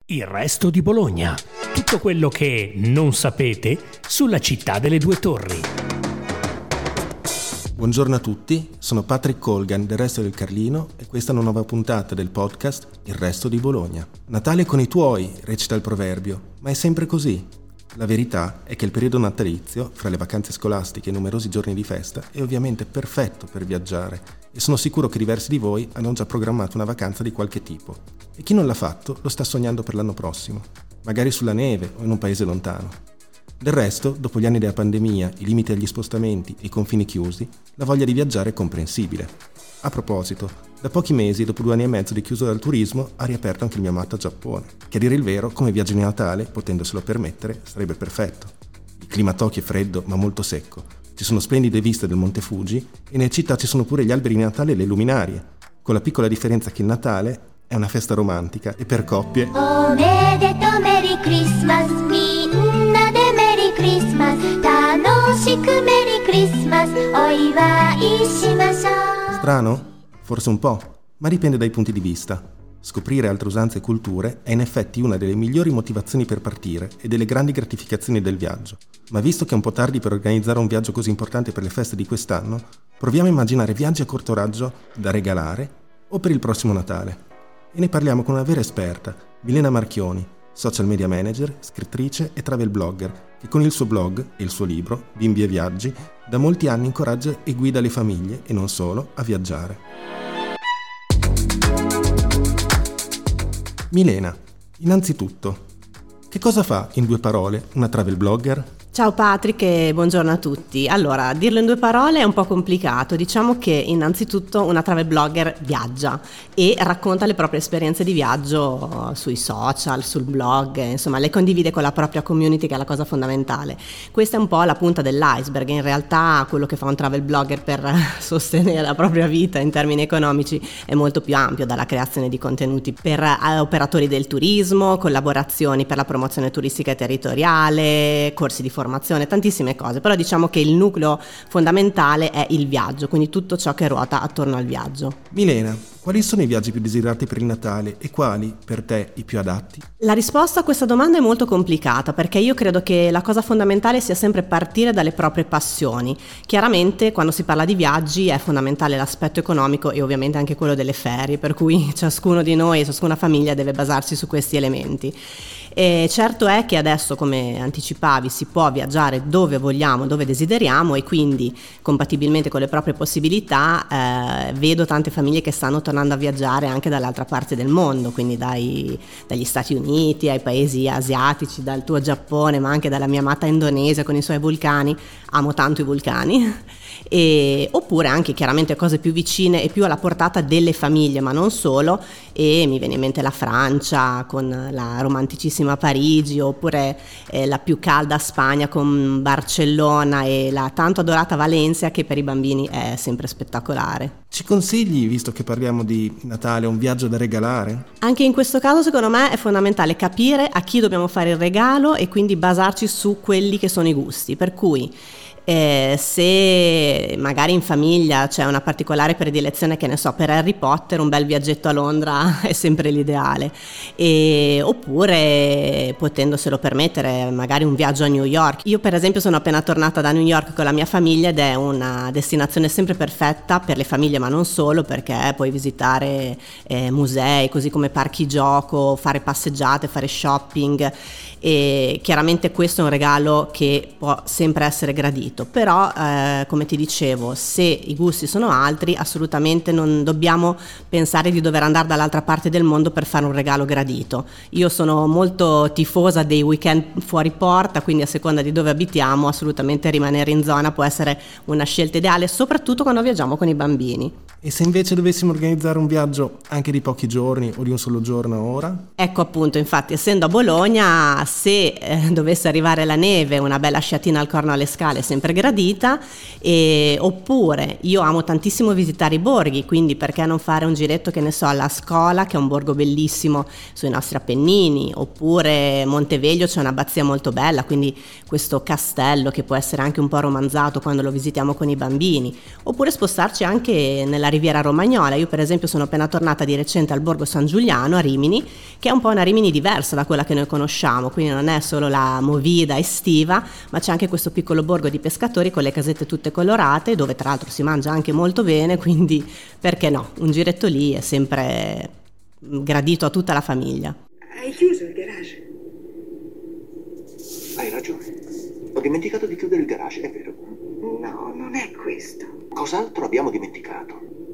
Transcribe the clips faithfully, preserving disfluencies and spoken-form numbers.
Il resto di Bologna. Tutto quello che non sapete sulla città delle due torri. Buongiorno a tutti, sono Patrick Colgan del Resto del Carlino e questa è una nuova puntata del podcast Il resto di Bologna. Natale con i tuoi, recita il proverbio, ma è sempre così. La verità è che il periodo natalizio, fra le vacanze scolastiche e i numerosi giorni di festa, è ovviamente perfetto per viaggiare e sono sicuro che diversi di voi hanno già programmato una vacanza di qualche tipo. E chi non l'ha fatto lo sta sognando per l'anno prossimo, magari sulla neve o in un paese lontano. Del resto, dopo gli anni della pandemia, i limiti agli spostamenti e i confini chiusi, la voglia di viaggiare è comprensibile. A proposito, da pochi mesi, dopo due anni e mezzo di chiusura dal turismo, ha riaperto anche il mio amato Giappone, che a dire il vero, come viaggio di Natale, potendoselo permettere, sarebbe perfetto. Il clima a Tokyo è freddo, ma molto secco. Ci sono splendide viste del Monte Fuji e nelle città ci sono pure gli alberi di Natale e le luminarie, con la piccola differenza che il Natale è una festa romantica e per coppie. Omedetou Merry Christmas, minna de Merry Christmas, tanoshiku Merry Christmas, oiwai shimashou. Strano? Forse un po', ma dipende dai punti di vista. Scoprire altre usanze e culture è in effetti una delle migliori motivazioni per partire e delle grandi gratificazioni del viaggio. Ma visto che è un po' tardi per organizzare un viaggio così importante per le feste di quest'anno, proviamo a immaginare viaggi a corto raggio da regalare o per il prossimo Natale. E ne parliamo con una vera esperta, Milena Marchioni, social media manager, scrittrice e travel blogger, che con il suo blog e il suo libro, Bimbi e Viaggi, da molti anni incoraggia e guida le famiglie, e non solo, a viaggiare. Milena, innanzitutto, che cosa fa in due parole una travel blogger? Ciao Patrick e buongiorno a tutti. Allora, dirlo in due parole è un po' complicato. Diciamo che innanzitutto una travel blogger viaggia e racconta le proprie esperienze di viaggio sui social, sul blog, insomma le condivide con la propria community, che è la cosa fondamentale. Questa è un po' la punta dell'iceberg. In realtà quello che fa un travel blogger per sostenere la propria vita in termini economici è molto più ampio, dalla creazione di contenuti per operatori del turismo, collaborazioni per la promozione turistica e territoriale, corsi di formazione, tantissime cose, però diciamo che il nucleo fondamentale è il viaggio, quindi tutto ciò che ruota attorno al viaggio. Milena, quali sono i viaggi più desiderati per il Natale e quali, per te, i più adatti? La risposta a questa domanda è molto complicata, perché io credo che la cosa fondamentale sia sempre partire dalle proprie passioni. Chiaramente quando si parla di viaggi è fondamentale l'aspetto economico e ovviamente anche quello delle ferie, per cui ciascuno di noi, ciascuna famiglia deve basarsi su questi elementi. E certo è che adesso, come anticipavi, si può viaggiare dove vogliamo, dove desideriamo, e quindi compatibilmente con le proprie possibilità eh, vedo tante famiglie che stanno tornando a viaggiare anche dall'altra parte del mondo, quindi dai, dagli Stati Uniti ai paesi asiatici, dal tuo Giappone, ma anche dalla mia amata Indonesia con i suoi vulcani. Amo tanto i vulcani. E, oppure anche chiaramente cose più vicine e più alla portata delle famiglie, ma non solo, e mi viene in mente la Francia con la romanticissima Parigi, oppure eh, la più calda Spagna con Barcellona e la tanto adorata Valencia, che per i bambini è sempre spettacolare. Ci consigli, visto che parliamo di Natale, un viaggio da regalare? Anche in questo caso secondo me è fondamentale capire a chi dobbiamo fare il regalo e quindi basarci su quelli che sono i gusti, per cui Eh, se magari in famiglia c'è una particolare predilezione, che ne so, per Harry Potter, un bel viaggetto a Londra è sempre l'ideale, e, oppure potendoselo permettere magari un viaggio a New York. Io per esempio sono appena tornata da New York con la mia famiglia ed è una destinazione sempre perfetta per le famiglie, ma non solo, perché puoi visitare eh, musei, così come parchi gioco, fare passeggiate, fare shopping, e chiaramente questo è un regalo che può sempre essere gradito, però eh, come ti dicevo, se i gusti sono altri, assolutamente non dobbiamo pensare di dover andare dall'altra parte del mondo per fare un regalo gradito. Io sono molto tifosa dei weekend fuori porta, quindi a seconda di dove abitiamo assolutamente rimanere in zona può essere una scelta ideale, soprattutto quando viaggiamo con i bambini. E se invece dovessimo organizzare un viaggio anche di pochi giorni o di un solo giorno ora? Ecco appunto, infatti, essendo a Bologna, se eh, dovesse arrivare la neve, una bella sciatina al Corno alle Scale è sempre gradita, e, oppure io amo tantissimo visitare i borghi, quindi perché non fare un giretto, che ne so, alla Scola, che è un borgo bellissimo sui nostri Appennini, oppure Monteveglio, c'è un'abbazia molto bella, quindi questo castello che può essere anche un po' romanzato quando lo visitiamo con i bambini, oppure spostarci anche nella Riviera Romagnola. Io per esempio sono appena tornata di recente al Borgo San Giuliano a Rimini, che è un po' una Rimini diversa da quella che noi conosciamo, quindi non è solo la movida estiva, ma c'è anche questo piccolo borgo di pescatori con le casette tutte colorate, dove tra l'altro si mangia anche molto bene, quindi perché no, un giretto lì è sempre gradito a tutta la famiglia. Hai chiuso il garage? Hai ragione. Ho dimenticato di chiudere il garage, è vero. No, non è questo. Cos'altro abbiamo dimenticato?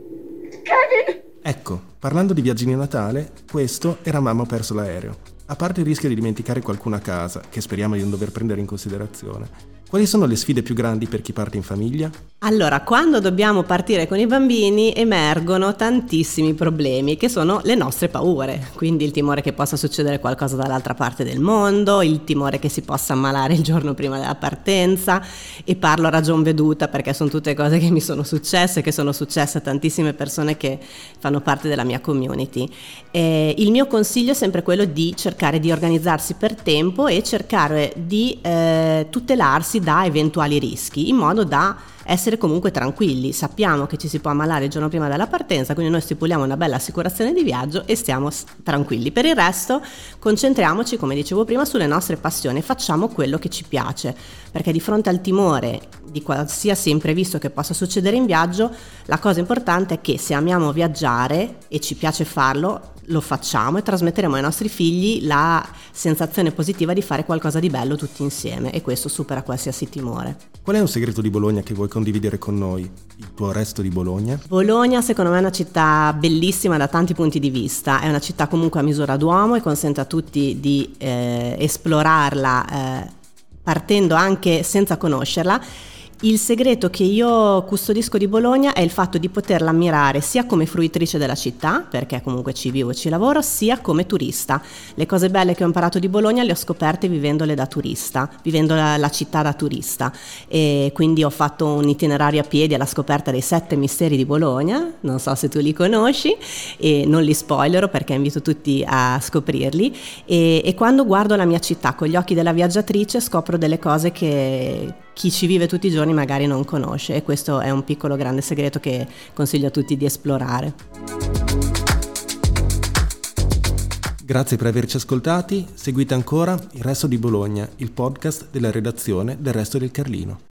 Kevin! Ecco, parlando di viaggi di Natale, questo era Mamma ho perso l'aereo. A parte il rischio di dimenticare qualcuno a casa, che speriamo di non dover prendere in considerazione, quali sono le sfide più grandi per chi parte in famiglia? Allora, quando dobbiamo partire con i bambini emergono tantissimi problemi che sono le nostre paure, quindi il timore che possa succedere qualcosa dall'altra parte del mondo, il timore che si possa ammalare il giorno prima della partenza, e parlo a ragion veduta perché sono tutte cose che mi sono successe, che sono successe a tantissime persone che fanno parte della mia community. E il mio consiglio è sempre quello di cercare di organizzarsi per tempo e cercare di eh, tutelarsi da eventuali rischi, in modo da essere comunque tranquilli. Sappiamo che ci si può ammalare il giorno prima della partenza, quindi noi stipuliamo una bella assicurazione di viaggio e stiamo tranquilli. Per il resto concentriamoci, come dicevo prima, sulle nostre passioni, facciamo quello che ci piace, perché di fronte al timore di qualsiasi imprevisto che possa succedere in viaggio, la cosa importante è che se amiamo viaggiare e ci piace farlo, lo facciamo e trasmetteremo ai nostri figli la sensazione positiva di fare qualcosa di bello tutti insieme, e questo supera qualsiasi timore. Qual è un segreto di Bologna che vuoi condividere con noi? Il tuo resto di Bologna? Bologna secondo me è una città bellissima da tanti punti di vista, è una città comunque a misura d'uomo e consente a tutti di eh, esplorarla eh, partendo anche senza conoscerla. Il segreto che io custodisco di Bologna è il fatto di poterla ammirare sia come fruitrice della città, perché comunque ci vivo e ci lavoro, sia come turista. Le cose belle che ho imparato di Bologna le ho scoperte vivendole da turista, vivendo la, la città da turista, e quindi ho fatto un itinerario a piedi alla scoperta dei sette misteri di Bologna, non so se tu li conosci e non li spoilerò perché invito tutti a scoprirli, e, e quando guardo la mia città con gli occhi della viaggiatrice scopro delle cose che chi ci vive tutti i giorni magari non conosce, e questo è un piccolo grande segreto che consiglio a tutti di esplorare. Grazie per averci ascoltati, seguite ancora Il Resto di Bologna, il podcast della redazione del Resto del Carlino.